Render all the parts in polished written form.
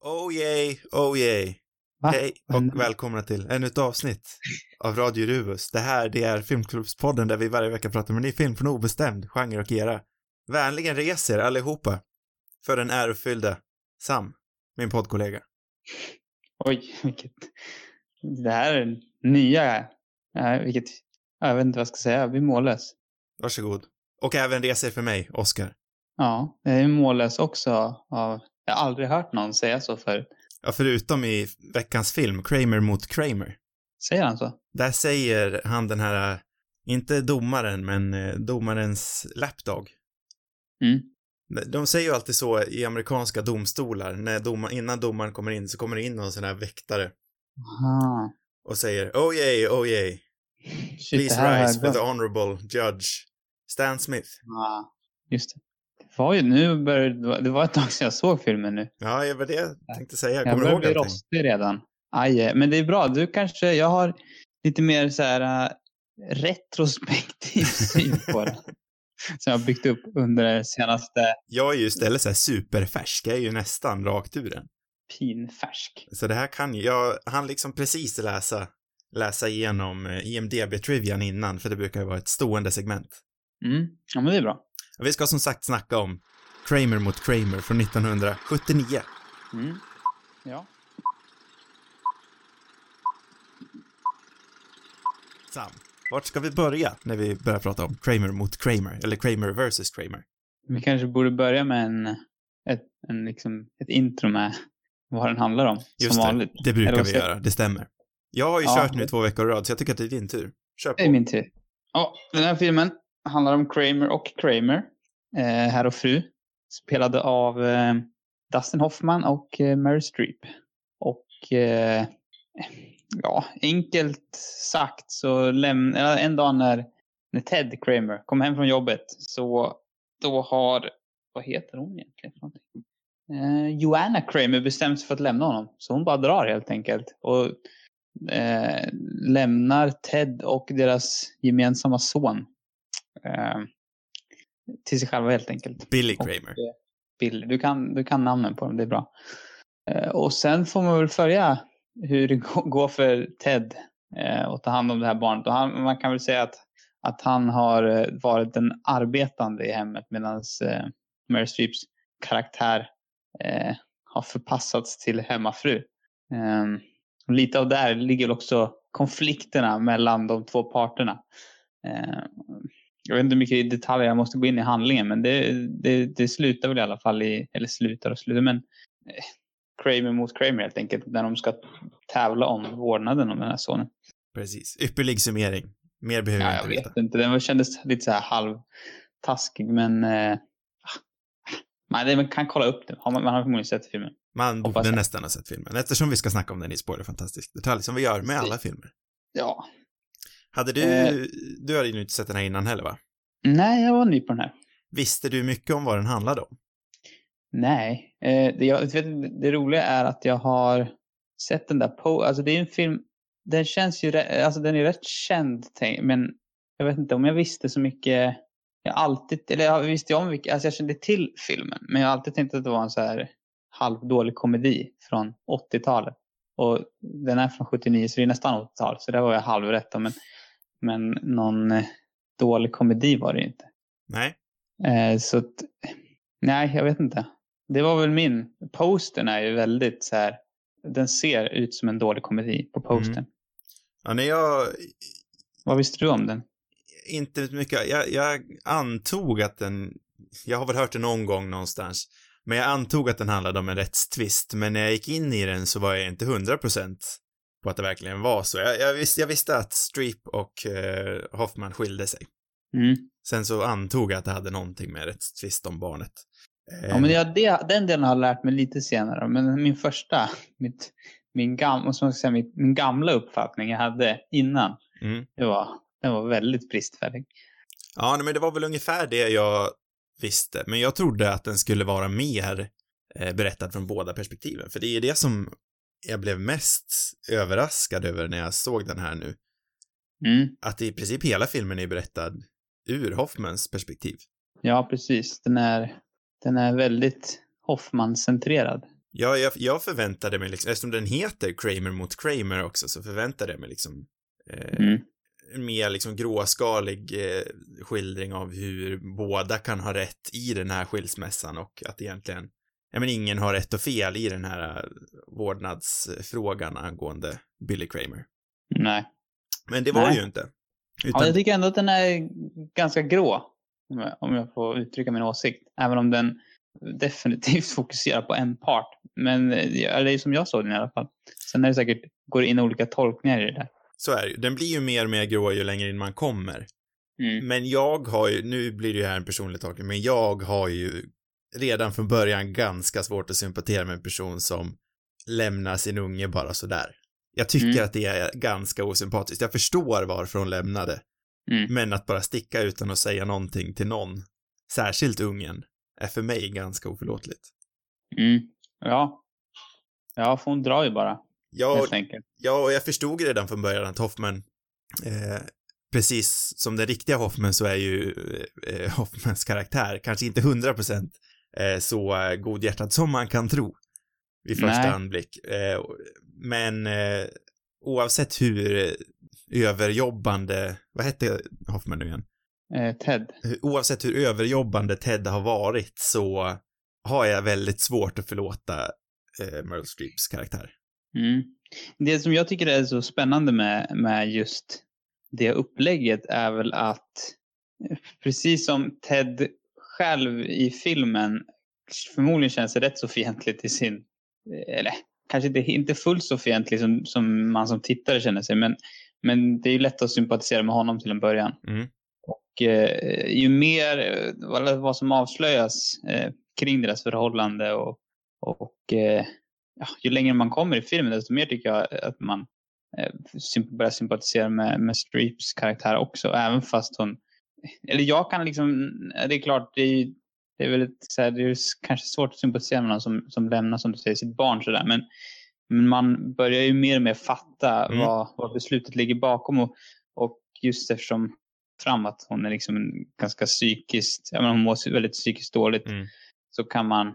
Oh yay, oh yay. Va? Hej och välkomna till ännu ett avsnitt av Radio Rubus. Det är Filmklubbspodden där vi varje vecka pratar med en ny film från obestämd genre och era. Vänligen reser allihopa för den ärofyllda Sam, min poddkollega. Oj, det här är nya, jag vet inte vad jag ska säga, vi är mållös. Varsågod. Och även reser för mig, Oscar. Ja, jag är mållös också jag har aldrig hört någon säga så förut. Ja, förutom i veckans film, Kramer mot Kramer. Säger han så? Där säger han den här, inte domaren, men domarens lapdog. Mm. De säger ju alltid så i amerikanska domstolar, när innan domaren kommer in så kommer det in någon sån här väktare. Aha. Och säger, oh yay, Shit, please rise for the honorable judge, Stan Smith. Ja, just det. Det var ett tag sedan jag såg filmen nu. Ja, det var det jag tänkte säga. Jag Kommer du ihåg börjar bli allting? rostig redan. Aj, men det är bra. Jag har lite mer så här retrospektiv syn på det. Som jag har byggt upp under det senaste... Jag är ju istället så här superfärsk. Jag är ju nästan rakt ur den. Pinfärsk. Så det här kan ju... Han liksom precis läsa igenom IMDb-trivian innan, för det brukar ju vara ett stående segment. Ja, men det är bra. Vi ska som sagt snacka om Kramer mot Kramer från 1979. Ja. Sam, vart ska vi börja när vi börjar prata om Kramer mot Kramer, eller Kramer versus Kramer? Vi kanske borde börja med ett intro med vad den handlar om. Just som det, vanligt. det brukar vi göra, det stämmer. Jag har ju kört nu 2 veckor i rad, så jag tycker att det är din tur. Kör på. Det är min tur. Ja, den här filmen handlar om Kramer och Kramer. Herr och fru. Spelade av Dustin Hoffman och Meryl Streep. Och enkelt sagt så en dag när Ted Kramer kom hem från jobbet, så då har, vad heter hon egentligen för någonting? Joanna Kramer bestämt sig för att lämna honom. Så hon bara drar helt enkelt. Och lämnar Ted och deras gemensamma son till sig själva helt enkelt. Billy Kramer. Billy. Du kan namnen på dem, det är bra. Och sen får man väl följa hur det går för Ted att ta hand om det här barnet. Och man kan väl säga att han har varit den arbetande i hemmet, medan Meryl Streeps karaktär har förpassats till hemmafru. Lite av där ligger också konflikterna mellan de två parterna. Jag vet inte hur mycket detaljer jag måste gå in i handlingen, men det slutar väl i alla fall men Kramer mot Kramer helt enkelt, när de ska tävla om vårdnaden om den här sonen. Precis, ypperlig summering. Mer behöver jag inte veta. Jag vet inte, den kändes lite så här halvtaskig, men man kan kolla upp den. Man har förmodligen sett filmen. Man borde nästan ha sett filmen, eftersom vi ska snacka om den i spoilerfantastisk detalj, som vi gör med alla filmer. Ja. Hade du hade ju inte sett den här innan heller, va? Nej, jag var ny på den här. Visste du mycket om vad den handlade om? Nej. Det roliga är att jag har sett den där alltså det är en film, den känns ju den är rätt känd, men jag vet inte om jag visste så mycket. Jag visste om mycket, alltså jag kände till filmen, men jag har alltid tänkt att det var en så här halvdålig komedi från 80-talet. Och den är från 79, så det är nästan 80-tal, så det var jag halvrätt om, men någon dålig komedi var det inte. Nej. Så att, nej, jag vet inte. Det var väl postern är ju väldigt så här, den ser ut som en dålig komedi på postern. Ja, vad visste du om den? Inte mycket. Jag antog att jag har väl hört det någon gång någonstans, men jag antog att den handlade om en rättstvist, men när jag gick in i den så var jag inte 100% på att det verkligen var så. Jag visste att Streep och Hoffman skilde sig. Sen så antog jag att det hade någonting med rättstvist om barnet. Ja, men den delen har jag lärt mig lite senare, men min gamla uppfattning jag hade innan, den var väldigt bristfällig. Ja, men det var väl ungefär det jag visste, men jag trodde att den skulle vara mer berättad från båda perspektiven, för det är det som jag blev mest överraskad över när jag såg den här nu. Att i princip hela filmen är berättad ur Hoffmans perspektiv. Ja, precis. Den är väldigt Hoffman-centrerad. Jag förväntade mig liksom, eftersom den heter Kramer mot Kramer också, så förväntade jag mig liksom en mer liksom gråskalig skildring av hur båda kan ha rätt i den här skilsmässan och att egentligen, ingen har rätt och fel i den här vårdnadsfrågan angående Billy Kramer. Nej. Men det var det ju inte. Ja, jag tycker ändå att den är ganska grå, om jag får uttrycka min åsikt. Även om den definitivt fokuserar på en part. Men det är som jag såg den i alla fall. Sen är det säkert, går in olika tolkningar i det där. Så är det ju. Den blir ju mer och mer grå ju längre in man kommer. Men jag har ju, nu blir det ju här en personlig tolkning, men jag har ju redan från början ganska svårt att sympatisera med en person som lämnar sin unge bara sådär. Jag tycker att det är ganska osympatiskt. Jag förstår varför hon lämnade. Men att bara sticka utan att säga någonting till någon, särskilt ungen, är för mig ganska oförlåtligt. Ja. Ja, för hon drar ju bara. Ja, och jag förstod redan från början att Hoffman, precis som den riktiga Hoffman, så är ju Hoffmans karaktär kanske inte 100% så godhjärtad som man kan tro vid första anblick. Men oavsett hur överjobbande, vad hette Hoffman nu igen? Ted. Oavsett hur överjobbande Ted har varit, så har jag väldigt svårt att förlåta Meryl Streeps karaktär. Det som jag tycker är så spännande med just det upplägget är väl att precis som Ted själv i filmen förmodligen känns rätt så fientlig till sin, eller kanske inte fullt så fientlig som man som tittare känner sig, men det är ju lätt att sympatisera med honom till en början. Och ju mer vad som avslöjas kring deras förhållande och ju längre man kommer i filmen, desto mer tycker jag att man börjar sympatisera med Streeps karaktär också, även fast hon, eller jag kan liksom, det är klart, det är väl så här, det är kanske svårt att sympatisera med någon som lämnar, som du säger, sitt barn sådär, men man börjar ju mer och mer fatta vad beslutet ligger bakom, och just eftersom fram att hon är liksom ganska psykiskt, hon mår väldigt psykiskt dåligt, så kan man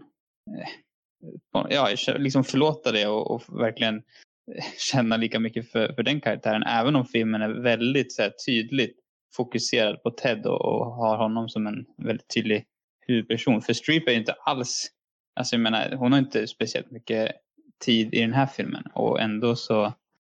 liksom förlåta det och verkligen känna lika mycket för den karaktären, även om filmen är väldigt så här, tydligt fokuserad på Ted och har honom som en väldigt tydlig huvudperson. För Streep är ju inte alls, alltså jag menar, hon har inte speciellt mycket tid i den här filmen, och ändå så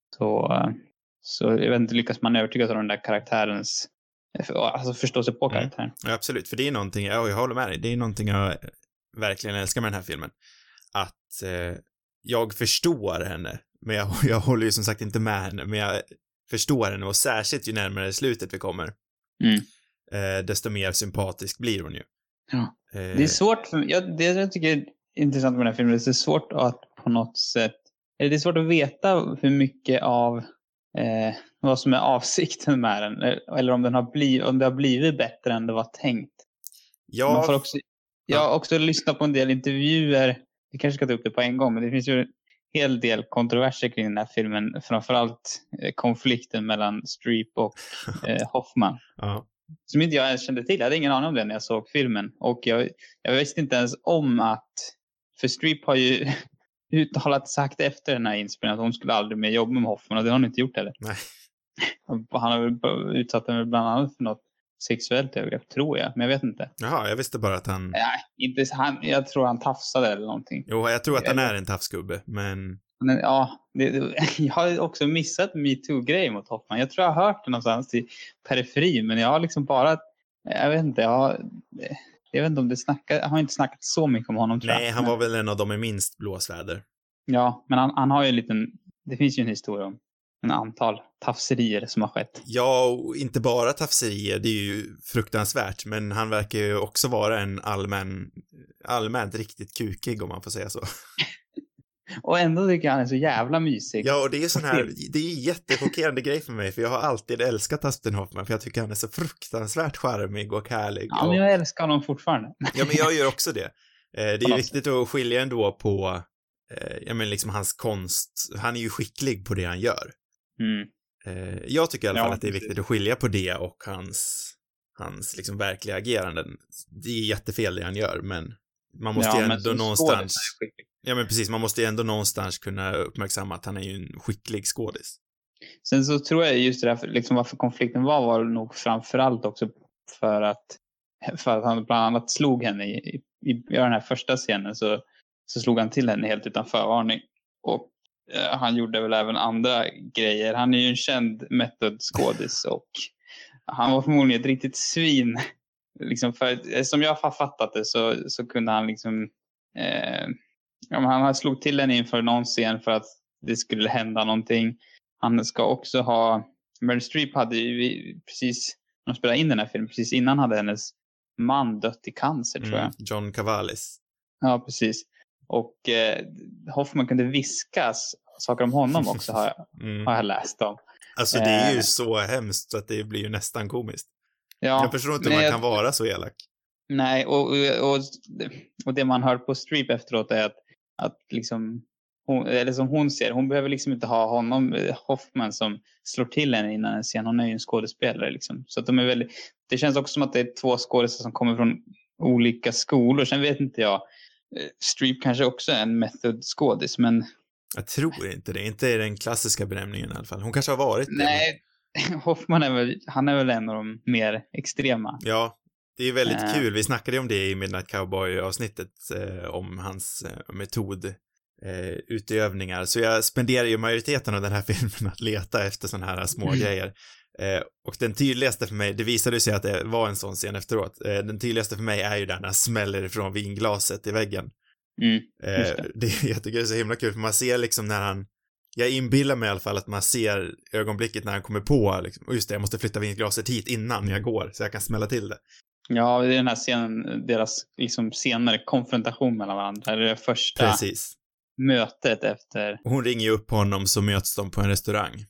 jag vet inte, lyckas man övertyga av den där karaktärens, alltså förstå sig på karaktären. Ja, absolut, för det är någonting, jag håller med dig, det är någonting jag verkligen älskar med den här filmen, att jag förstår henne, men jag håller ju som sagt inte med henne, men jag förstår henne, och särskilt ju närmare slutet vi kommer, desto mer sympatisk blir hon ju. Ja. Det är svårt det jag tycker är intressant med den här filmen, det är svårt att på något sätt, det är svårt att veta hur mycket av vad som är avsikten med den, eller om det har blivit bättre än det var tänkt. Man får också, jag har också lyssnat på en del intervjuer, vi kanske ska ta upp det på en gång, men det finns ju en hel del kontroverser kring den här filmen, framförallt konflikten mellan Streep och Hoffman. Som inte jag ens kände till. Jag hade ingen aning om det när jag såg filmen, och jag visste inte ens om att, för Streep har ju uttalat sagt efter den här inspelningen att hon skulle aldrig mer jobba med Hoffman, och det har hon inte gjort heller. Nej. Han har väl utsatt henne bland annat för något sexuellt övergrepp, tror jag, men jag vet inte. Jaha, jag visste bara att han... Nej, inte han, jag tror han tafsade eller någonting. Jo, jag tror att han är en tafsgubbe, men ja, jag har också missat MeToo-grej mot Hoffman. Jag tror jag har hört det någonstans i periferi, men jag har liksom bara, jag vet inte, jag vet inte om jag har inte snackat så mycket om honom, tror jag. Nej, han var väl en av dem i minst blåsväder. Ja, men han har ju en liten, det finns ju en historia om en antal tafserier som har skett. Ja, och inte bara tafserier, det är ju fruktansvärt, men han verkar ju också vara en allmänt riktigt kukig, om man får säga så. Och ändå tycker jag han är så jävla mysig. Ja, och det är sån här, det är jättechockerande grej för mig, för jag har alltid älskat Dustin Hoffman, för jag tycker han är så fruktansvärt charmig och härlig. Ja, men jag älskar honom fortfarande. Ja, men jag gör också det. Det är ju viktigt att skilja ändå på, liksom hans konst. Han är ju skicklig på det han gör. Jag tycker i alla fall att det är viktigt att skilja på det och hans liksom verkliga ageranden. Det är jättefel det han gör, men man måste ju ändå någonstans... Ja, men precis. Man måste ju ändå någonstans kunna uppmärksamma att han är ju en skicklig skådis. Sen så tror jag just det där, liksom varför konflikten var nog framförallt också för att han bland annat slog henne i den här första scenen, så slog han till henne helt utan förvarning. Och han gjorde väl även andra grejer. Han är ju en känd method-skådis och han var förmodligen ett riktigt svin. Liksom för, som jag har fattat det så kunde han liksom han slog till henne inför någon scen för att det skulle hända någonting. Han ska också ha... Meryl Streep hade ju precis... När de spelade in den här filmen, precis innan hade hennes man dött i cancer, tror jag. John Cavallis. Ja, precis. Och Hoffman kunde viskas saker om honom också, har jag läst om. Alltså det är ju så hemskt att det blir ju nästan komiskt. Ja, jag förstår inte hur man kan vara så elak. Nej, och det man hör på Streep efteråt är att liksom... eller som hon ser, hon behöver liksom inte ha Hoffman som slår till henne innan en scen. Hon är ju en skådespelare liksom. Så att de är väldigt, det känns också som att det är två skådespelare som kommer från olika skolor. Sen vet inte jag, Streep kanske också är en method-skådis, men... Jag tror inte det. Inte i den klassiska benämningen i alla fall. Hon kanske har varit det. Nej, Hoffman är väl en av de mer extrema. Ja, det är väldigt kul. Vi snackade om det i Midnight Cowboy-avsnittet om hans metod utövningar. Så jag spenderar ju majoriteten av den här filmen att leta efter såna här små grejer. Och den tydligaste för mig, det visade sig att det var en sån scen efteråt. Den tydligaste för mig är ju den när smäller ifrån vinglaset i väggen. Jag tycker det är så himla kul, för man ser liksom när jag inbillar mig i alla fall att man ser ögonblicket när han kommer på liksom, och just det, jag måste flytta vinglaset hit innan jag går så jag kan smälla till det. Ja, det är den här scenen, deras liksom senare konfrontation mellan varandra. Det är det första mötet efter... Hon ringer ju upp honom, så möts de på en restaurang.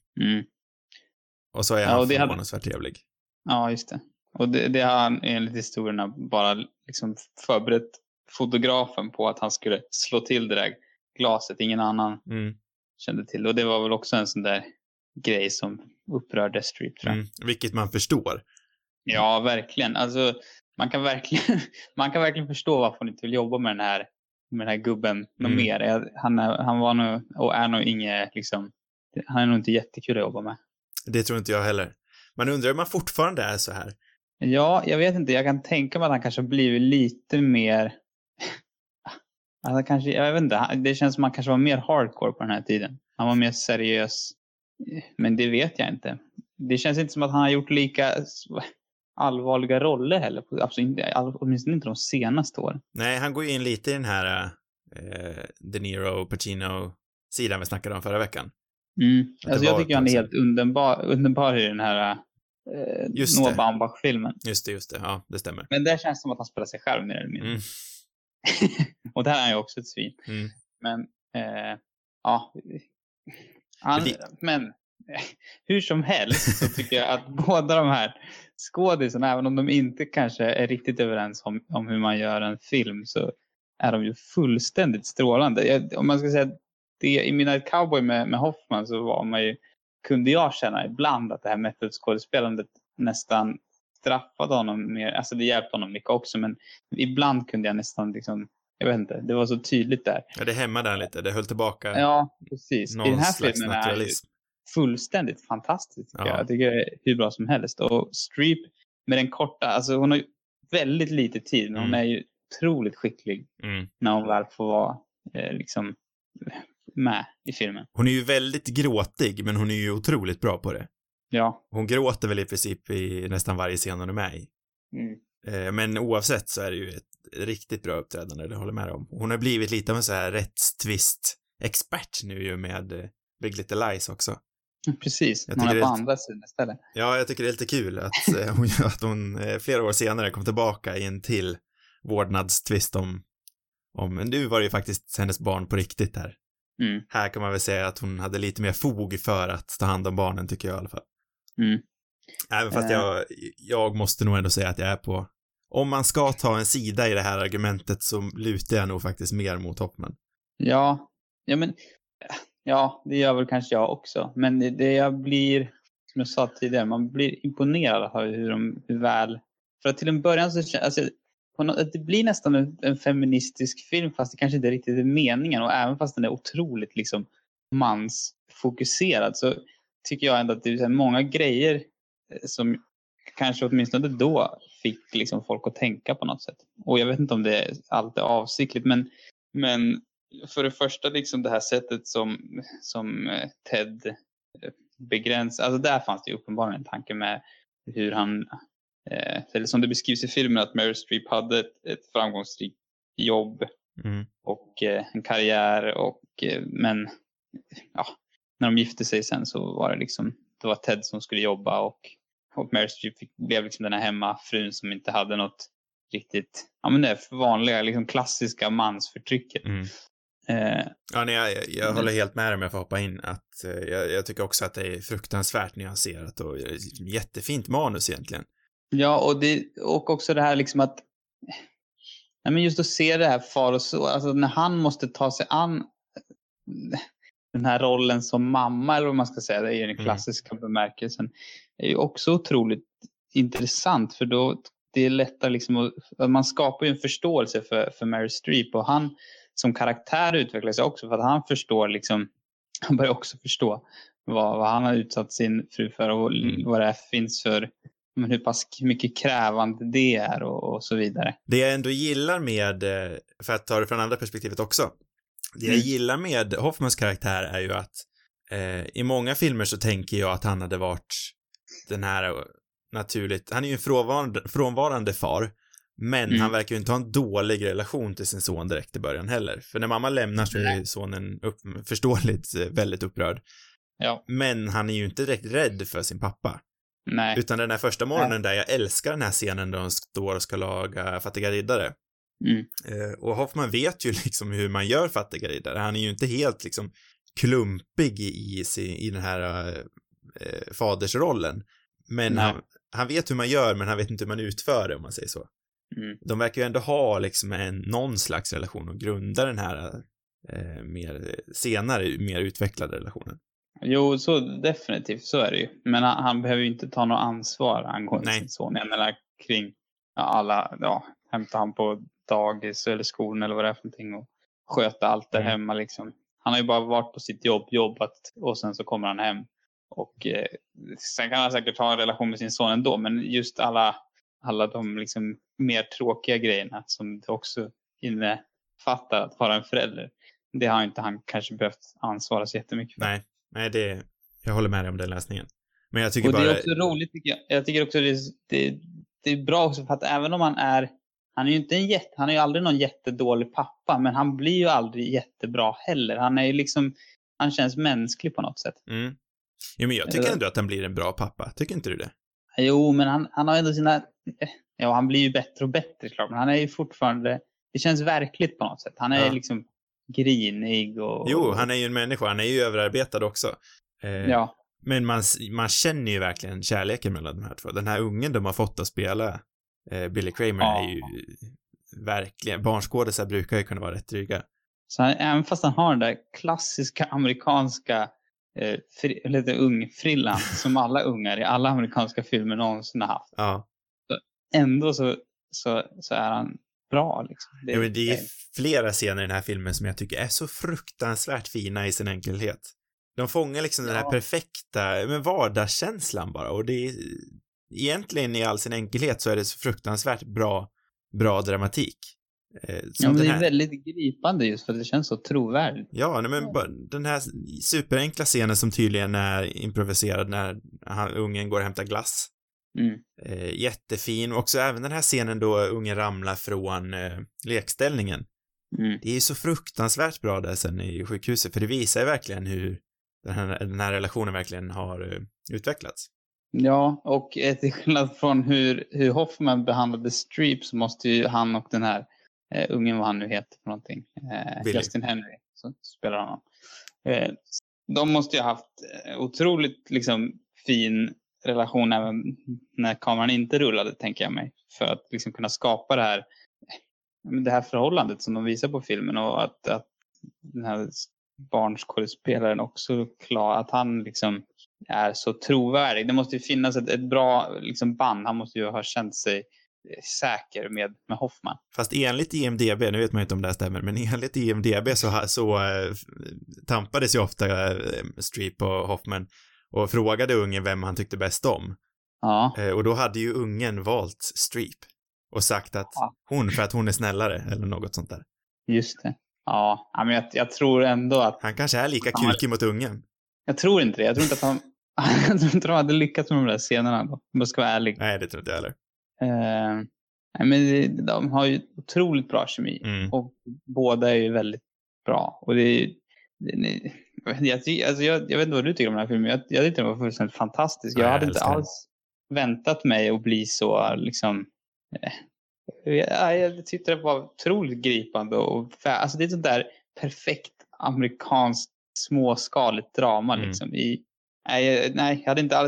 Och så är han förvånansvärt trevlig. Ja, just det. Och det har han enligt historierna bara liksom förberett fotografen på att han skulle slå till det där glaset. Ingen annan kände till. Och det var väl också en sån där grej som upprörde Streep, tror jag. Vilket man förstår. Ja, verkligen. Alltså, man kan verkligen förstå varför hon inte vill jobba med den här gubben något mer. Han var nog och är nog inget liksom, han är nog inte jättekul att jobba med. Det tror inte jag heller. Man undrar om man fortfarande är så här. Ja, jag vet inte. Jag kan tänka mig att han kanske blivit lite mer... Alltså kanske, jag vet inte. Det känns som att han kanske var mer hardcore på den här tiden. Han var mer seriös. Men det vet jag inte. Det känns inte som att han har gjort lika allvarliga roller heller. Absolut inte, åtminstone inte de senaste åren. Nej, han går ju in lite i den här De Niro, Pacino-sidan vi snackade om förra veckan. Alltså jag tycker han är helt underbar i den här Noah Baumbach-filmen. Just det. Ja, det stämmer. Men det känns som att han spelar sig själv mer eller mindre. Och där är han ju också ett svin. Men ja. Men hur som helst så tycker jag att båda de här skådisarna, även om de inte kanske är riktigt överens om hur man gör en film, så är de ju fullständigt strålande. Om man ska säga det, i Midnight Cowboy med Hoffman så var man ju, kunde jag känna ibland att det här metodskådespelandet nästan straffade honom mer. Alltså det hjälpte honom mycket också, men ibland kunde jag nästan liksom, jag vet inte, det var så tydligt där. Ja, det hämmade där lite, det höll tillbaka. Ja, precis. I den här filmen naturalism. Är fullständigt fantastiskt. Jag tycker det är hur bra som helst. Och Streep med den korta, alltså hon har ju väldigt lite tid, men hon är ju otroligt skicklig när hon väl får vara liksom med i filmen. Hon är ju väldigt gråtig, men hon är ju otroligt bra på det. Ja. Hon gråter väl i princip i nästan varje scen hon är med i. Men oavsett så är det ju ett riktigt bra uppträdande, det håller med om. Hon har blivit lite av en så här rättstvist-expert nu ju med Big Little Lies också. Precis, hon är på andra sidan istället. Ja, jag tycker det är lite kul att hon flera år senare kom tillbaka i en till vårdnadstvist om nu var det ju faktiskt hennes barn på riktigt här. Här kan man väl säga att hon hade lite mer fog för att ta hand om barnen, tycker jag i alla fall. Även fast jag måste nog ändå säga att jag är på, om man ska ta en sida i det här argumentet, så lutar jag nog faktiskt mer mot Hoffman. Ja, det gör väl kanske jag också. Men det jag blir, som jag sa tidigare, man blir imponerad av hur väl... För att till en början så alltså, det blir nästan en feministisk film fast det kanske inte riktigt är meningen, och även fast den är otroligt liksom mansfokuserad så tycker jag ändå att det är så här många grejer som kanske åtminstone då fick liksom folk att tänka på något sätt. Och jag vet inte om det alltid är avsiktligt, men för det första liksom det här sättet som Ted begränsar, alltså där fanns det uppenbarligen en tanke med hur han eller som det beskrivs i filmen, att Meryl Streep hade ett framgångsrikt jobb och en karriär, och men ja, när de gifte sig sen så var det liksom, det var Ted som skulle jobba och Meryl Streep blev liksom den här hemmafrun som inte hade något riktigt, ja men det är vanliga liksom klassiska mansförtrycket. Ja, nej, jag håller helt med dig om jag får hoppa in att jag tycker också att det är fruktansvärt nyanserat och jättefint manus egentligen. Ja, och också det här liksom att nej, men just att se det här far och så, alltså när han måste ta sig an den här rollen som mamma, eller vad man ska säga, det är ju den klassiska bemärkelsen, är ju också otroligt intressant, för då det är lättare liksom att man skapar ju en förståelse för Meryl Streep, och han som karaktär utvecklas också för att han förstår liksom, han börjar också förstå vad han har utsatt sin fru för och vad det finns för, men hur pass mycket krävande det är och så vidare. Det jag ändå gillar med, för att ta det från andra perspektivet också, det jag gillar med Hoffmans karaktär är ju att i många filmer så tänker jag att han hade varit den här naturligt, han är ju en frånvarande far, men han verkar ju inte ha en dålig relation till sin son direkt i början heller. För när mamma lämnar så är ju sonen förståeligt väldigt upprörd. Ja. Men han är ju inte direkt rädd för sin pappa. Nej. Utan den här första morgonen där, jag älskar den här scenen där de står och ska laga fattiga riddare. Och Hoffman vet ju liksom hur man gör fattiga riddare. Han är ju inte helt liksom klumpig i den här fadersrollen. Men han vet hur man gör, men han vet inte hur man utför det, om man säger så. De verkar ju ändå ha liksom någon slags relation och grunda den här mer utvecklade relationen. Jo, så definitivt, så är det ju. Men han behöver ju inte ta något ansvar angående sin son. Jag menar kring hämta han på dagis eller skolan eller vad det är för någonting och sköta allt där hemma liksom. Han har ju bara varit på sitt jobbat och sen så kommer han hem. Och sen kan han säkert ha en relation med sin son ändå, men just alla de liksom mer tråkiga grejerna som det också innefattar att vara en förälder, det har inte han kanske behövt ansvara så jättemycket för. Nej, jag håller med dig om den läsningen. Men jag tycker och bara... det är också roligt tycker jag. Jag tycker också det är bra också för att även om han är ju inte han är ju aldrig någon jättedålig pappa, men han blir ju aldrig jättebra heller. Han är ju liksom, han känns mänsklig på något sätt. Jo, men jag tycker ändå att han blir en bra pappa. Tycker inte du det? Jo, men han har ändå sina... Ja, han blir ju bättre och bättre, klart. Men han är ju fortfarande... Det känns verkligt på något sätt. Han är liksom grinig och... Jo, han är ju en människa. Han är ju överarbetad också. Ja. Men man känner ju verkligen kärleken mellan de här två. Den här ungen de har fått att spela, Billy Kramer, är ju verkligen... Barnskådisar brukar ju kunna vara rätt dryga. Så även fast han har den där klassiska amerikanska... lite ungfrillan som alla ungar i alla amerikanska filmer någonsin har haft. Ja. Så ändå så är han bra liksom. Det är flera scener i den här filmen som jag tycker är så fruktansvärt fina i sin enkelhet. De fångar liksom den här perfekta vardagskänslan bara, och det är egentligen i all sin enkelhet så är det så fruktansvärt bra dramatik. Men det är väldigt gripande just för att det känns så trovärdigt. Ja, men den här superenkla scenen som tydligen är improviserad när ungen går och hämtar glass. Jättefin. Och också även den här scenen då ungen ramlar från lekställningen. Det är ju så fruktansvärt bra där sen i sjukhuset, för det visar ju verkligen hur den här relationen verkligen har utvecklats. Ja, och till skillnad från hur Hoffman behandlade Streep så måste ju han och den här ungen, vad han nu heter för någonting, Justin Henry som spelar honom, de måste ju ha haft otroligt liksom fin relation även när kameran inte rullade, tänker jag mig, för att liksom kunna skapa det här förhållandet som de visar på filmen, och att den här barnskådespelaren också klar, att han liksom är så trovärdig. Det måste ju finnas ett bra liksom band. Han måste ju ha känt sig säker med Hoffman. Fast enligt IMDb, nu vet man inte om det här stämmer, men enligt IMDb så tampades ju ofta Streep och Hoffman och frågade ungen vem han tyckte bäst om. Ja. Och då hade ju ungen valt Streep och sagt att hon, för att hon är snällare eller något sånt där. Just det. Ja, men jag tror ändå att... Han kanske är lika kukig mot ungen. Jag tror inte det. Jag tror inte att han... jag tror inte de hade lyckats med de där scenerna då. Om jag ska vara ärlig. Nej, det tror inte jag heller. Nej, men de har ju otroligt bra kemi. Och båda är ju väldigt bra. Och det är jag vet inte vad du tycker om den här filmen. Jag tyckte den var fullständigt fantastisk. Jag hade inte alls väntat mig att bli så liksom... Jag tyckte det var otroligt gripande. Alltså det är sånt där perfekt amerikanskt småskaligt drama liksom. Jag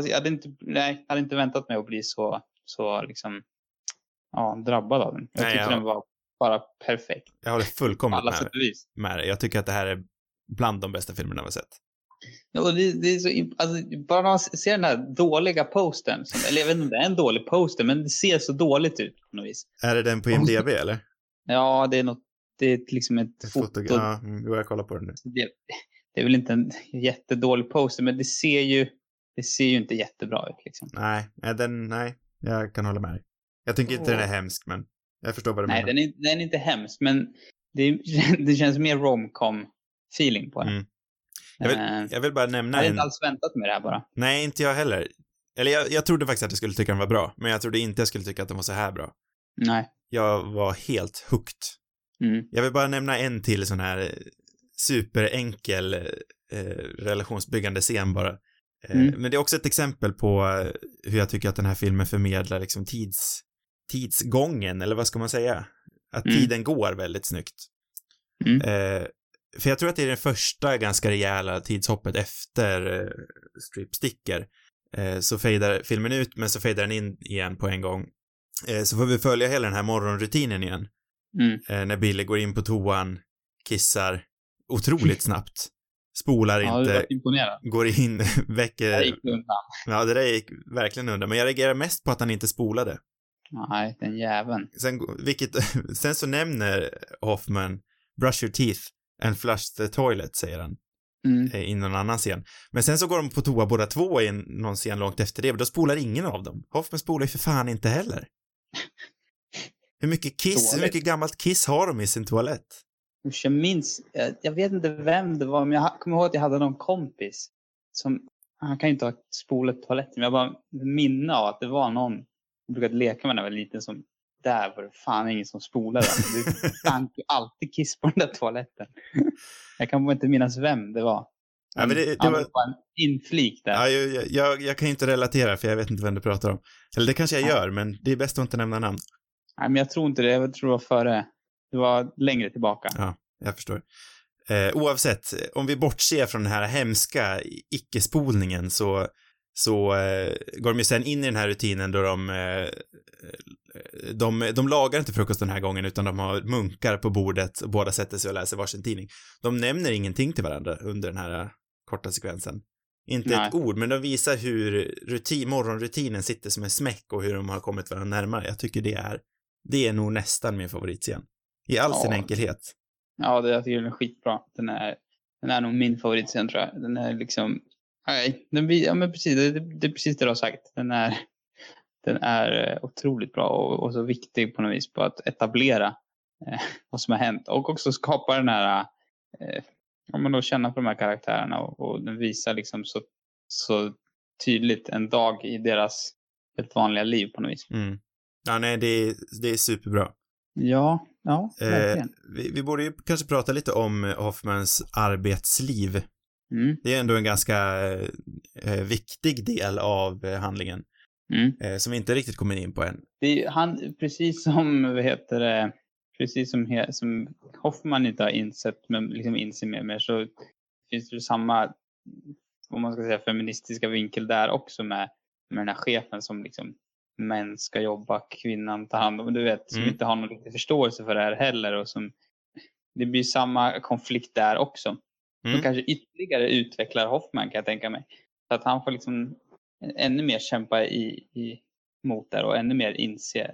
hade inte väntat mig att bli så liksom drabbad av den. Jag tyckte den var bara perfekt. Jag håller fullkomligt alla med det. Jag tycker att det här är bland de bästa filmerna jag har sett. Och det är så, alltså, bara när man ser den här dåliga posten, eller jag vet inte om det är en dålig poster, men det ser så dåligt ut på något vis. Är det den på IMDb eller? Ja, det är liksom ett foto. Ja, jag kollar på den nu. Det är väl inte en jättedålig poster, men det ser ju inte jättebra ut liksom. Nej, jag kan hålla med dig. Jag tycker inte den är hemsk, men jag förstår vad du menar. Nej, den är inte hemsk, men det känns mer rom-com feeling på den. Jag vill bara nämna jag hade inte alls väntat med det här bara. Nej, inte jag heller. Eller jag trodde faktiskt att jag skulle tycka den var bra, men jag trodde inte jag skulle tycka att den var så här bra. Nej. Jag var helt hooked. Jag vill bara nämna en till sån här superenkel relationsbyggande scen bara. Men det är också ett exempel på hur jag tycker att den här filmen förmedlar liksom tidsgången, eller vad ska man säga? Att tiden går väldigt snyggt. För jag tror att det är det första ganska rejäla tidshoppet efter Streep sticker. Så fejdar filmen ut, men så fejdar den in igen på en gång. Så får vi följa hela den här morgonrutinen igen. När Billy går in på toan, kissar otroligt snabbt. Spolar inte, går in, väcker... Det gick undan. Ja, det där gick verkligen undan. Men jag reagerar mest på att han inte spolade. Nej, den jäveln. Sen så nämner Hoffman brush your teeth and flush the toilet, säger han. I någon annan scen. Men sen så går de på toa båda två i någon scen långt efter det. Och då spolar ingen av dem. Hoffman spolar ju för fan inte heller. Hur mycket gammalt kiss har de i sin toalett? Jag vet inte vem det var, men jag kommer ihåg att jag hade någon kompis som, han kan ju inte ha spolat toaletten, men jag bara minne av att det var någon jag brukade leka med när jag var liten som, där var det fan ingen som spolade. Det stank ju alltid kiss på den där toaletten. Jag kan inte minnas vem det var. Ja, men det var en inflik där. Ja, jag kan ju inte relatera, för jag vet inte vem du pratar om. Eller det kanske jag gör, men det är bäst att inte nämna namn. Nej, men jag tror inte det. Jag tror det var före. Det var längre tillbaka. Ja, jag förstår. Oavsett, om vi bortser från den här hemska icke-spolningen så går de ju sen in i den här rutinen då de lagar inte frukost den här gången, utan de har munkar på bordet och båda sätter sig och läser varsin tidning. De nämner ingenting till varandra under den här korta sekvensen. Inte ett ord, men de visar hur morgonrutinen sitter som en smäck och hur de har kommit varandra närmare. Jag tycker det är nog nästan min favoritscen. I all sin enkelhet. Ja, jag tycker den är skitbra. Den är nog min favoritscen, tror jag. Den är liksom... Nej, men precis, det är precis det du har sagt. Den är otroligt bra och så viktig på något vis på att etablera vad som har hänt. Och också skapa den här... om man då känner på de här karaktärerna och den visar liksom så tydligt en dag i deras helt vanliga liv på något vis. Ja, nej, det är superbra. Ja, verkligen. Vi borde ju kanske prata lite om Hoffmans arbetsliv. Det är ändå en ganska viktig del av handlingen. Som vi inte riktigt kommer in på än. Precis som Hoffman inte har insett, men liksom inser mer, så finns det samma, om man ska säga, feministiska vinkel där också med den här chefen som liksom, män ska jobba, kvinnan tar hand om, du vet, som inte har någon riktig förståelse för det här heller, och som det blir samma konflikt där också. Som kanske ytterligare utvecklar Hoffman, kan jag tänka mig. Så att han får liksom ännu mer kämpa mot där och ännu mer inse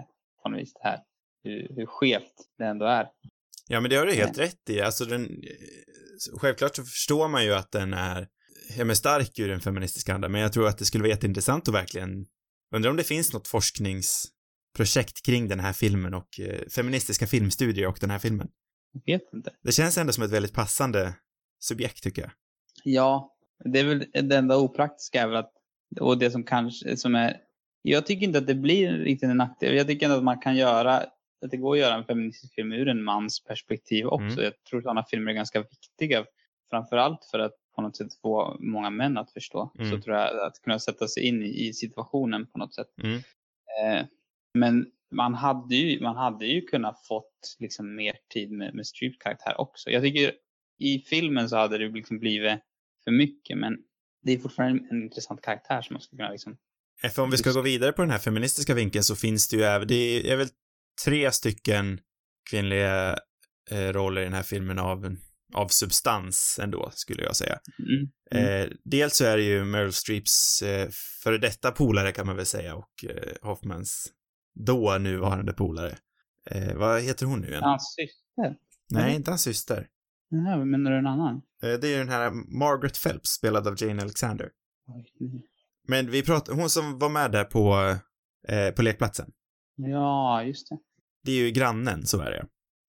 på något vis det här. Hur skevt det ändå är. Ja, men det har du helt rätt i. Alltså självklart så förstår man ju att den är stark ur den feministiska andan, men jag tror att det skulle vara jätteintressant att verkligen undra om det finns något forskningsprojekt kring den här filmen och feministiska filmstudier och den här filmen. Jag vet inte. Det känns ändå som ett väldigt passande subjekt, tycker jag. Ja, det är väl det enda opraktiska är väl att, och det som kanske som är, jag tycker inte att det blir riktigt en nackdel. Jag tycker ändå att man kan göra, att det går att göra en feministisk film ur en mans perspektiv också. Jag tror att sådana filmer är ganska viktiga, framförallt för att på något sätt få många män att förstå. Så tror jag att kunna sätta sig in i situationen på något sätt. Men man hade ju kunnat fått liksom mer tid med Streeps karaktär också. Jag tycker i filmen så hade det liksom blivit för mycket, men det är fortfarande en intressant karaktär som man skulle kunna liksom... För om vi ska gå vidare på den här feministiska vinkeln så finns det ju även, det är väl 3 stycken kvinnliga roller i den här filmen av substans ändå, skulle jag säga. Dels så är det ju Meryl Streeps före detta polare, kan man väl säga, och Hoffmans då nuvarande polare. Vad heter hon nu igen? Hans syster? Nej, inte hans syster. Nej, vad menar du en annan? Det är ju den här Margaret Phelps, spelad av Jane Alexander. Men vi pratar, hon som var med där på lekplatsen. Ja, just det. Det är ju grannen, så är det.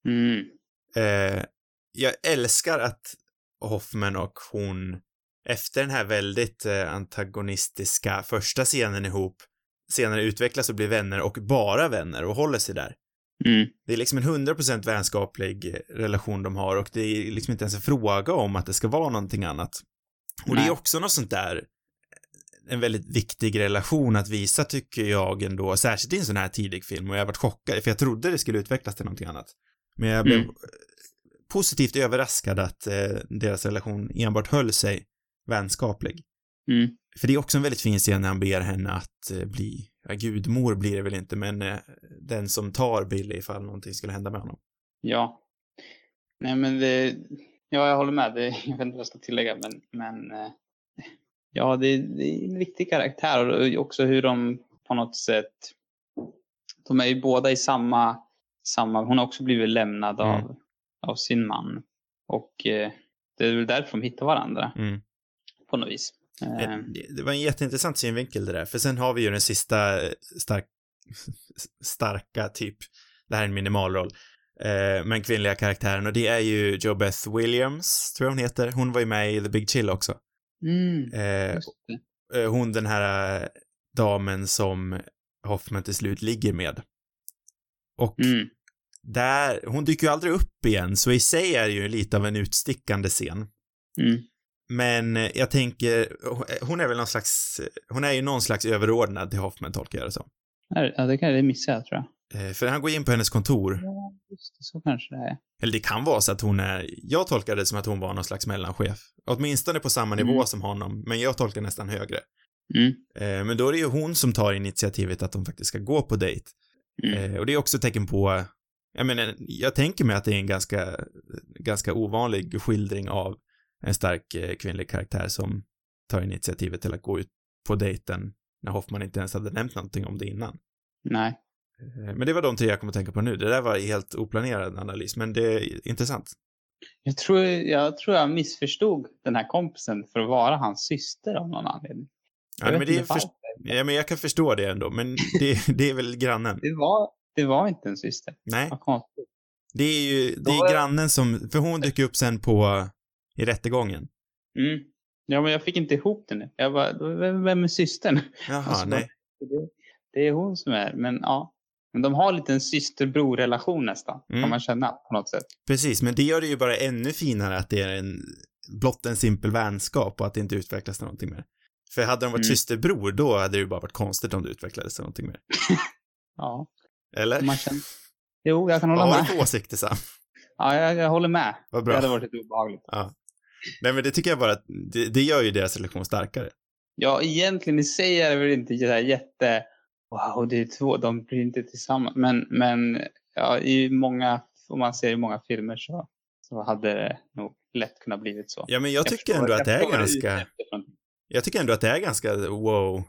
Jag älskar att Hoffman och hon efter den här väldigt antagonistiska första scenen ihop senare utvecklas och blir vänner och bara vänner och håller sig där. Det är liksom en 100% vänskaplig relation de har och det är liksom inte ens en fråga om att det ska vara någonting annat. Och det är också något sånt där, en väldigt viktig relation att visa, tycker jag ändå, särskilt i en sån här tidig film, och jag har varit chockad för jag trodde det skulle utvecklas till någonting annat. Men jag blev positivt överraskad att deras relation enbart höll sig vänskaplig. För det är också en väldigt fin scen när han ber henne att bli, gudmor blir det väl inte, men den som tar Billy ifall någonting skulle hända med honom. Ja. Nej, men jag håller med. Jag vet inte vad jag ska tillägga, men ja, det är en viktig karaktär och också hur de på något sätt, de är ju båda i samma hon har också blivit lämnad av sin man och det är väl därför de hittar varandra på något vis. Det var en jätteintressant synvinkel det där, för sen har vi ju den sista starka typ, det här är en minimalroll, men kvinnliga karaktären, och det är ju JoBeth Williams, tror jag hon heter. Hon var ju med i The Big Chill också. Hon, den här damen som Hoffman till slut ligger med. Och där, hon dyker ju aldrig upp igen, så i sig är det ju lite av en utstickande scen. Men jag tänker, hon är väl hon är ju någon slags överordnad till Hoffman, tolkar jag det som. Ja, det kan jag missa, tror jag. För han går in på hennes kontor. Ja, just det, så kanske det är. Eller det kan vara så att jag tolkar det som att hon var någon slags mellanchef. Åtminstone på samma nivå som honom, men jag tolkar nästan högre. Men då är det ju hon som tar initiativet att de faktiskt ska gå på dejt. Och det är också ett tecken på, jag tänker mig att det är en ganska ovanlig skildring av en stark kvinnlig karaktär som tar initiativet till att gå ut på dejten när Hoffman inte ens hade nämnt någonting om det innan. Nej. Men det var de 3 jag kom att tänka på nu. Det där var helt oplanerad analys, men det är intressant. Jag tror jag missförstod den här kompisen för att vara hans syster av någon anledning. Men jag kan förstå det ändå, men det är väl grannen. Det var inte en syster. Nej. Det är grannen som, för hon dyker upp sen i rättegången. Ja, men jag fick inte ihop det nu. Jag bara, vem är systern? Jaha, alltså, nej. Det är hon som är, men ja. Men de har lite en syster-bror-relation nästan, kan man känna på något sätt. Precis, men det gör det ju bara ännu finare att det är blott en simpel vänskap och att det inte utvecklas till någonting mer. För hade de varit systerbror, då hade det ju bara varit konstigt om det utvecklades till någonting mer. Ja. Eller? Jo, jag kan hålla med. Vad har du för åsikter, Sam? Ja, jag håller med. Vad bra. Det hade varit lite obehagligt. Ja. Nej, men det tycker jag bara att det gör ju deras relation starkare. Ja, egentligen i sig är det väl inte så här wow, det är 2, de blir inte tillsammans. Men ja, om man ser i många filmer så hade det nog lätt kunnat blivit så. Ja, men jag tycker ändå att det är ganska wow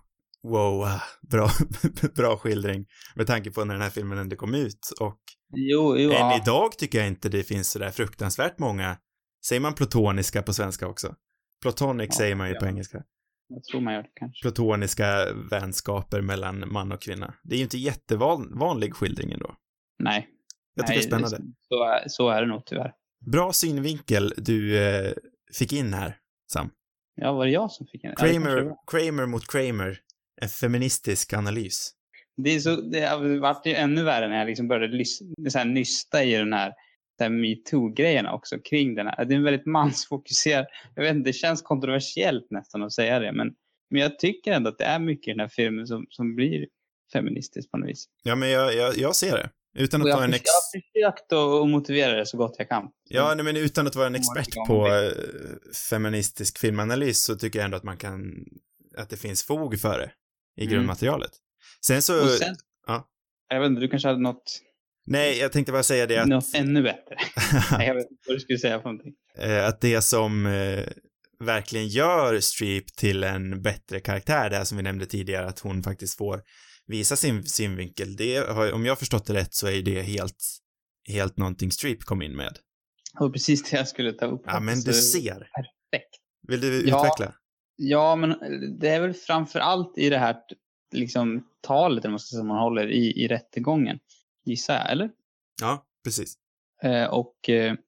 Wow, bra, bra skildring med tanke på när den här filmen ändå kom ut och Jo, än idag tycker jag inte det finns så där fruktansvärt många, säger man platoniska på svenska också? Platonic säger man ju på engelska. Jag tror man gör det kanske. Platoniska vänskaper mellan man och kvinna. Det är ju inte jättevanlig skildring ändå. Nej. Jag tycker det är spännande. Så är det nog tyvärr. Bra synvinkel du fick in här, Sam. Ja, var det jag som fick in? Kramer mot Kramer. En feministisk analys. Det har varit ju ännu värre när jag liksom började nysta i den här MeToo-grejerna också kring den här. Det är en väldigt mansfokuserad. Jag vet inte, det känns kontroversiellt nästan att säga det. Men jag tycker ändå att det är mycket i den här filmen som blir feministisk på något vis. Ja, men jag ser det. Utan att jag har försökt att motivera det så gott jag kan. Ja, nej, men utan att vara en expert på feministisk filmanalys så tycker jag ändå att det finns fog för det i grundmaterialet. Sen så... ja. Jag vet inte, du kanske hade något... Nej, jag tänkte bara säga det att... Något ännu bättre. Jag vet inte vad du skulle säga för någonting. Att det som verkligen gör Streep till en bättre karaktär, det här som vi nämnde tidigare, att hon faktiskt får visa sin synvinkel, om jag har förstått det rätt så är det helt någonting Streep kom in med. Och precis det jag skulle ta upp. Ja, men du ser. Perfekt. Vill du utveckla? Ja, men det är väl framför allt i det här liksom talet som man håller i rättegången, gissar jag, eller? Ja, precis. Och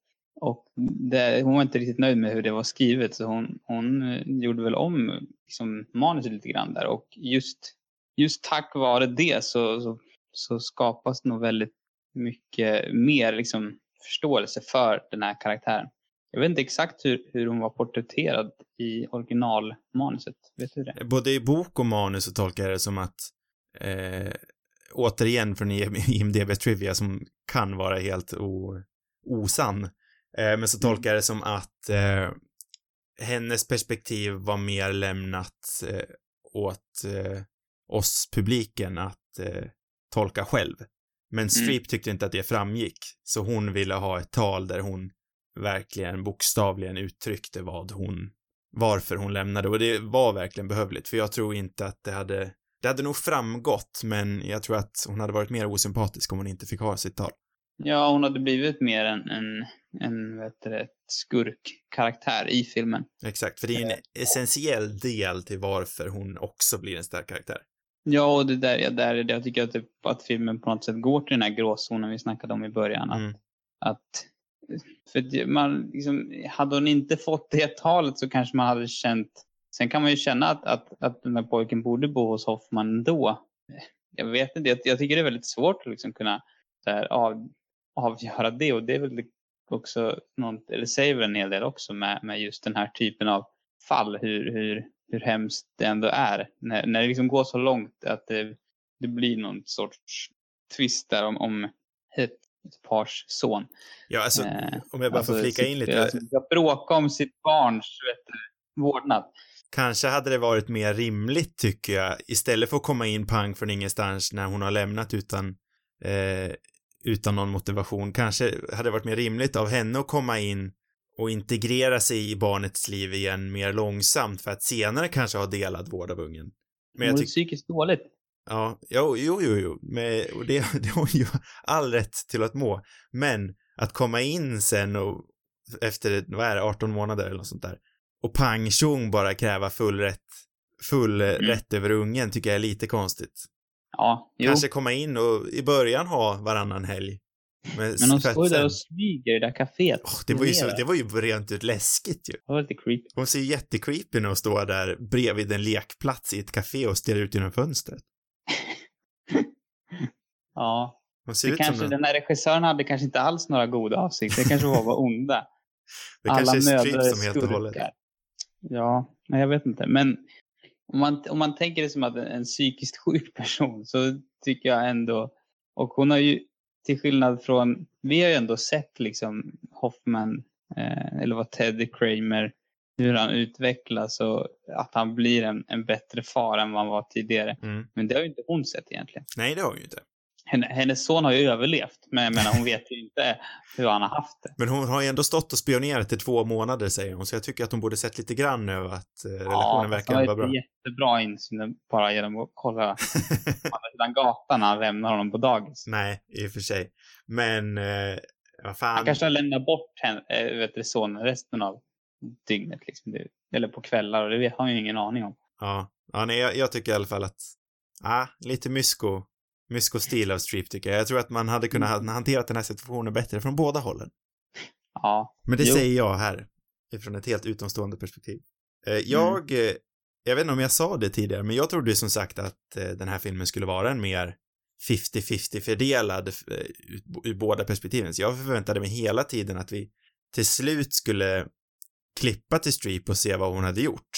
hon var inte riktigt nöjd med hur det var skrivet, så hon gjorde väl om liksom manuset lite grann där, och just tack vare det så skapas nog väldigt mycket mer liksom förståelse för den här karaktären. Jag vet inte exakt hur hon var porträtterad i originalmanuset. Vet du det? Både i bok och manus så tolkar jag det som att återigen från IMDb Trivia som kan vara helt osann. Men så tolkar jag det som att hennes perspektiv var mer lämnat åt oss publiken att tolka själv. Men Streep tyckte inte att det framgick. Så hon ville ha ett tal där hon verkligen bokstavligen uttryckte varför hon lämnade. Och det var verkligen behövligt. För jag tror inte att det hade nog framgått, men jag tror att hon hade varit mer osympatisk om hon inte fick ha sitt tal. Ja, hon hade blivit mer en skurkkaraktär i filmen. Exakt, för det är en essentiell del till varför hon också blir en stark karaktär. Ja, och jag tycker att filmen på något sätt går till den här gråzonen vi snackade om i början. För man liksom, hade hon inte fått det talet så kanske man hade känt... Sen kan man ju känna att den här pojken borde bo hos Hoffman ändå. Jag vet inte, jag tycker det är väldigt svårt att liksom kunna så här, avgöra det. Och det är väl också något, eller säger väl en hel del också med just den här typen av fall. Hur hemskt det ändå är. När det liksom går så långt att det blir någon sorts twist där om ett pars son. Ja, alltså, om jag bara får flika in lite. Jag bråkar om sitt barns vårdnad. Kanske hade det varit mer rimligt, tycker jag, istället för att komma in pang från ingenstans när hon har lämnat utan någon motivation. Kanske hade det varit mer rimligt av henne att komma in och integrera sig i barnets liv igen mer långsamt för att senare kanske ha delad vård av ungen. Men det är psykiskt dåligt. Ja, jo. Och det har ju all rätt till att må. Men att komma in sen och efter, 18 månader eller något sånt där, och pang tjong bara kräva full rätt över ungen tycker jag är lite konstigt. Ja, kanske komma in och i början ha varannan helg. Men hon står ju där och smyger i det där kaféet. Det var ju rent ut läskigt ju. Det var lite creepy. Hon ser jättecreepy när hon står där bredvid en lekplats i ett café och stirrar ut genom fönstret. Ja. Den här regissören hade kanske inte alls några goda avsikter. Det kanske var onda. Det alla kanske är Streep som helt och hållet. Ja, nej, jag vet inte. Men om man tänker det som att en psykiskt sjuk person, så tycker jag ändå, och hon har ju till skillnad från, vi har ju ändå sett liksom Hoffman eller vad Teddy Kramer, hur han utvecklas och att han blir en bättre far än vad han var tidigare. Men det har ju inte hon sett egentligen. Nej, det har hon ju inte. Hennes son har ju överlevt, men jag menar, hon vet ju inte hur han har haft det. Men hon har ju ändå stått och spionerat i 2 månader, säger hon, så jag tycker att hon borde sett lite grann över att relationen verkar vara bra. Ja, jättebra insyn bara genom att kolla på andra sidan gatan när han lämnar honom på dagis. Nej, i och för sig. Men, vad fan. Han kanske har lämnat bort sonen resten av dygnet, liksom. Eller på kvällar, och det har han ju ingen aning om. Ja, nej, jag tycker i alla fall att lite mysko-stil av Streep tycker jag. Jag tror att man hade kunnat hantera den här situationen bättre från båda hållen. Ja. Men det säger jag här ifrån ett helt utomstående perspektiv. Jag vet inte om jag sa det tidigare, men jag trodde ju som sagt att den här filmen skulle vara en mer 50-50 fördelad ur båda perspektiven. Så jag förväntade mig hela tiden att vi till slut skulle klippa till Streep och se vad hon hade gjort.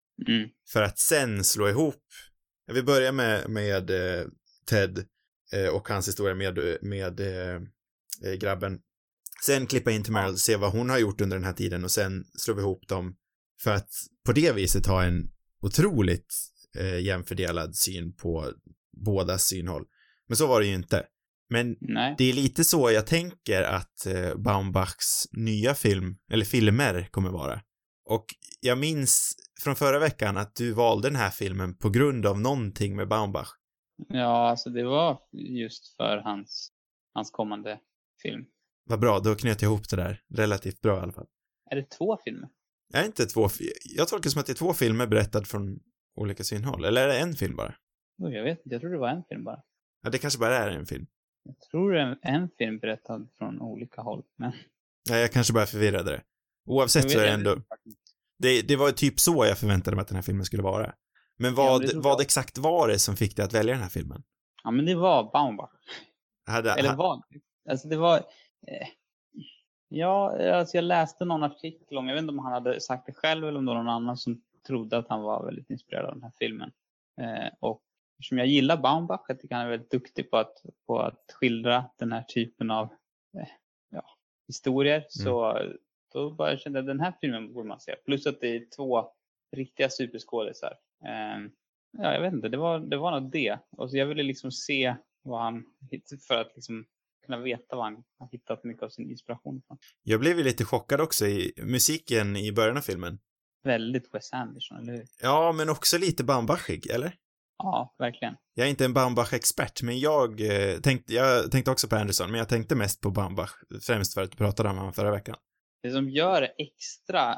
För att sen slå ihop. Jag vill börja med Ted och hans historia med grabben. Sen klippa in till Meryl, se vad hon har gjort under den här tiden och sen slår vi ihop dem för att på det viset ha en otroligt jämfördelad syn på bådas synhåll. Men så var det ju inte. Men det är lite så jag tänker att Baumbachs nya filmer kommer vara. Och jag minns från förra veckan att du valde den här filmen på grund av någonting med Baumbach. Ja, alltså det var just för hans kommande film. Vad bra, då knöt jag ihop det där. Relativt bra i alla fall. Är det 2 filmer? Är det inte 2? Jag tolkar det som att det är 2 filmer berättad från olika synhåll. Eller är det en film bara? Jag vet inte, jag tror det var en film bara. Ja, det kanske bara är en film. Jag tror det är en film berättad från olika håll, men... Ja, jag kanske bara förvirrade det. Oavsett så är det ändå... Det var typ så jag förväntade mig att den här filmen skulle vara. Men vad exakt var det som fick dig att välja den här filmen? Ja, men det var Baumbach. Eller vad? Alltså det var... alltså jag läste någon artikel om, jag vet inte om han hade sagt det själv eller om det var någon annan som trodde att han var väldigt inspirerad av den här filmen. Och eftersom jag gillar Baumbach, jag tycker han är väldigt duktig på att skildra den här typen av historier, så då bara kände jag att den här filmen borde man se. Plus att det är 2 riktiga superskådisar. Jag vet inte, det var nog det. Och så jag ville liksom se vad han hittade för att liksom kunna veta vad han har hittat mycket av sin inspiration från. Jag blev ju lite chockad också i musiken i början av filmen. Väldigt Wes Anderson, eller hur? Ja, men också lite Baumbachig, eller? Ja, verkligen. Jag är inte en Baumbach-expert, men jag tänkte också på Anderson, men jag tänkte mest på Baumbach, främst för att du pratade om honom förra veckan. Det som gör det extra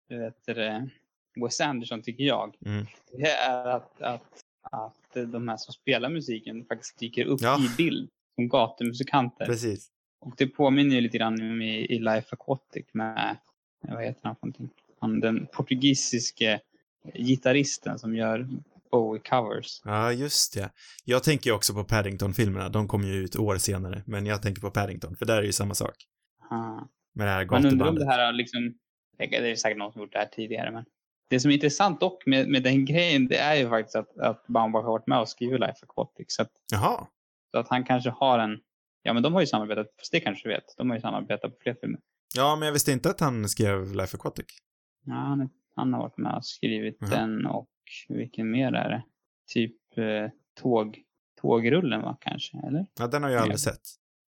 Wes Anderson, tycker jag, det är att de här som spelar musiken faktiskt dyker upp i bild som gatumusikanter. Precis. Och det påminner ju lite grann i Life Aquatic med, vad heter han för någonting? Den portugisiske gitarristen som gör Bowie-covers. Ja, just det. Jag tänker ju också på Paddington-filmerna. De kom ju ut år senare, men jag tänker på Paddington, för där är ju samma sak. Med det här gatubandet. Men undrar om det här liksom, det är säkert någon som gjort det här tidigare, men det som är intressant dock med den grejen, det är ju faktiskt att Baumbach har varit med och skrivit Life Aquatic. Så att han kanske har men de har ju samarbetat, fast det kanske du vet. De har ju samarbetat på fler filmer. Ja, men jag visste inte att han skrev Life Aquatic. Ja, han har varit med och skrivit den, och vilken mer är det? Typ tågrullen, va, kanske, eller? Ja, den har jag aldrig sett.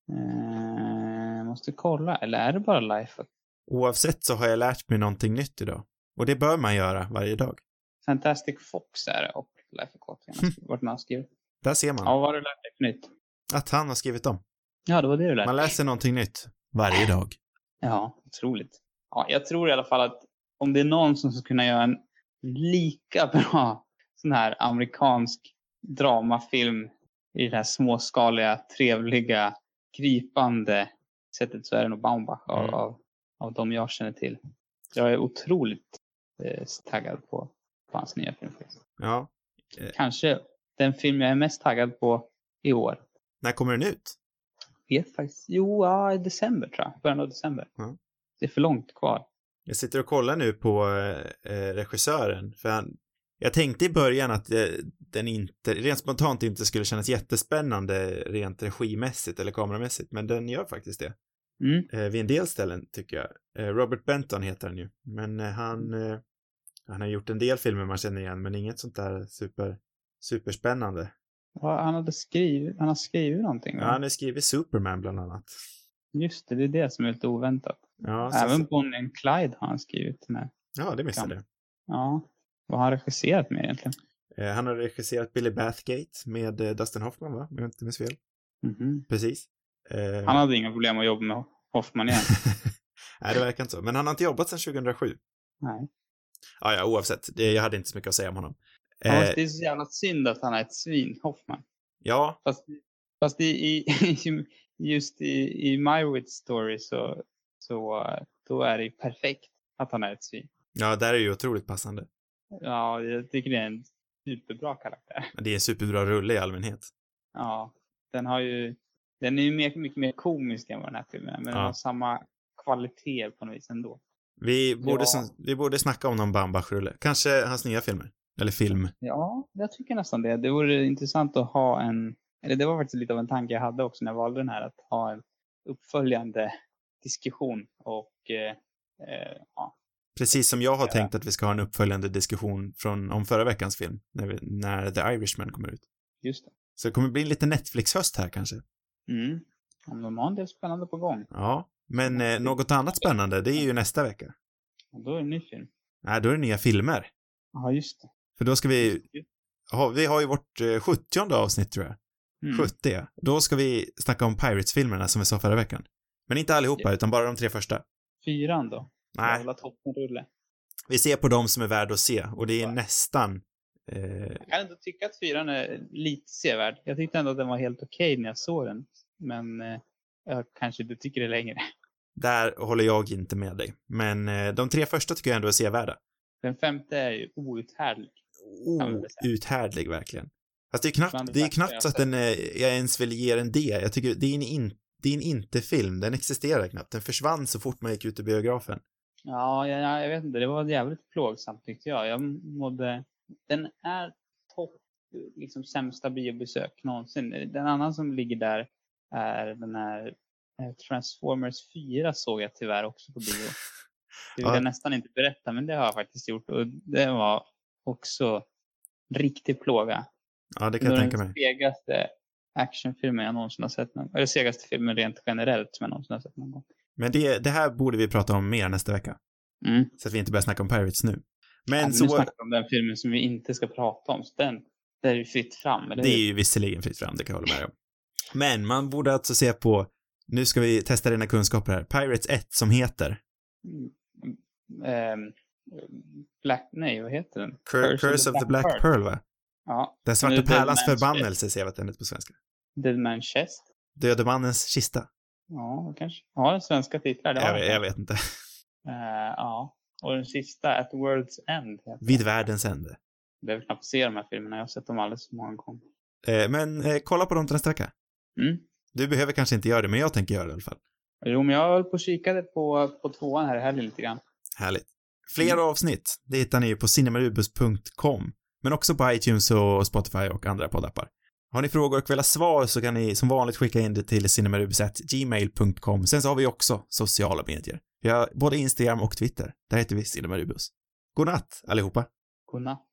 Måste kolla, eller är det bara Life? Oavsett så har jag lärt mig någonting nytt idag. Och det bör man göra varje dag. Fantastic Fox är det, och Life Aquatic har varit med och skrivit. Där ser man. Ja, vad har du lärt dig för nytt? Att han har skrivit dem. Ja, det var det du lärde. Man läser någonting nytt varje dag. Ja, otroligt. Ja, jag tror i alla fall att om det är någon som ska kunna göra en lika bra sån här amerikansk dramafilm i det här småskaliga, trevliga, gripande sättet, så är det nog Baumbach av de jag känner till. Jag är otroligt taggad på hans nya film. Ja. Kanske den film jag är mest taggad på i år. När kommer den ut? Vet faktiskt. I december, tror jag. Början av december. Det är för långt kvar. Jag sitter och kollar nu på regissören. För jag tänkte i början att den inte, rent spontant inte skulle kännas jättespännande rent regimässigt eller kameramässigt. Men den gör faktiskt det. Vid en del ställen, tycker jag. Robert Benton heter han ju. Men han har gjort en del filmer man känner igen, men inget sånt där superspännande. Han har skrivit någonting. Ja, han har skrivit Superman bland annat. Just det, det är det som är lite oväntat. Ja, Även Bonnie and Clyde har han skrivit med. Ja, det missade jag. Ja, vad har han regisserat med egentligen? Han har regisserat Billy Bathgate med Dustin Hoffman, va? Om jag inte minns fel. Precis. Han hade inga problem att jobba med Hoffman igen. Nej, det verkar inte så. Men han har inte jobbat sedan 2007. Nej. Ja, oavsett. Jag hade inte så mycket att säga om honom. Ja, det är så jävla synd att han är ett svin, Hoffman. Ja. Fast just i My Witch Story så då är det perfekt att han är ett svin. Ja, där är ju otroligt passande. Ja, jag tycker det är en superbra karaktär. Det är en superbra rulle i allmänhet. Ja, den är ju mycket mer komisk än vad den här filmen är. Men den har samma kvalitet på något vis ändå. Vi borde snacka om någon Bambach-rulle. Kanske hans nya filmer. Eller film. Ja, jag tycker nästan det. Det vore intressant att ha det var faktiskt lite av en tanke jag hade också när jag valde den här. Att ha en uppföljande diskussion och Precis som jag har tänkt att vi ska ha en uppföljande diskussion om förra veckans film. När The Irishman kommer ut. Just det. Så det kommer bli lite Netflix-höst här kanske. Om de har en del spännande på gång. Ja, men något annat spännande, det är ju nästa vecka. Och då är det en ny film. Nej, då är det nya filmer. Ja, just det. För då ska vi har ju vårt 70:e avsnitt, tror jag. 70. Då ska vi snacka om Pirates-filmerna som vi sa förra veckan. Men inte allihopa, utan bara de 3 första. 4 då? Nej. Toppenrulle. Vi ser på dem som är värda att se. Och det är nästan... Jag kan ändå tycka att 4 är lite sevärd. Jag tyckte ändå att den var helt okej när jag såg den. Men jag kanske inte tycker det längre. Där håller jag inte med dig. Men de 3 första tycker jag ändå är sevärda. Den 5:e är ju outhärdlig. Outhärdlig, verkligen. Fast det är knappt så att jag ens vill ge en D. Jag tycker det är en inte-film. Den existerar knappt. Den försvann så fort man gick ut ur biografen. Ja, jag vet inte. Det var jävligt plågsamt tyckte jag. Den är liksom sämsta biobesök någonsin. Den annan som ligger där är den här Transformers 4 såg jag tyvärr också på bio. Det vill jag nästan inte berätta, men det har jag faktiskt gjort. Och det var också riktigt plåga. Ja, det kan jag tänka mig. Den segaste actionfilmen jag någonsin har sett någon gång. Eller segaste filmen rent generellt som jag någonsin har sett någon gång. Men det här borde vi prata om mer nästa vecka. Så att vi inte börjar snacka om Pirates nu. Men så... Nu snackar vi om den filmen som vi inte ska prata om. Så det är ju fritt fram. Eller? Det är ju visserligen fritt fram, det kan jag hålla med om. Men man borde alltså se på, nu ska vi testa dina kunskaper här, Pirates 1 som heter vad heter den? Curse of the Black Pearl, va? Ja. Den svarta pärlans förbannelse, ser jag vad den heter på svenska. Dead Man's Chest. Döde mannens kista. Ja, kanske. Ja, den svenska titlar. Jag vet inte. Ja. Och den sista, At World's End. Vid världens ände. Det är väl knappt att se de här filmerna. Jag har sett dem alldeles så många gånger. Men kolla på dem till nästa vecka. Du behöver kanske inte göra det, men jag tänker göra det i alla fall. Jo, men jag höll på och kikade på 2:an här i helgen lite grann. Härligt. Fler avsnitt, det hittar ni ju på cinemarubus.com. Men också på iTunes och Spotify och andra poddappar. Har ni frågor och vill ha svar så kan ni som vanligt skicka in det till cinemarubus@gmail.com. Sen så har vi också sociala medier. Vi har både Instagram och Twitter. Där heter vi Cinemarubus. God natt allihopa. God natt.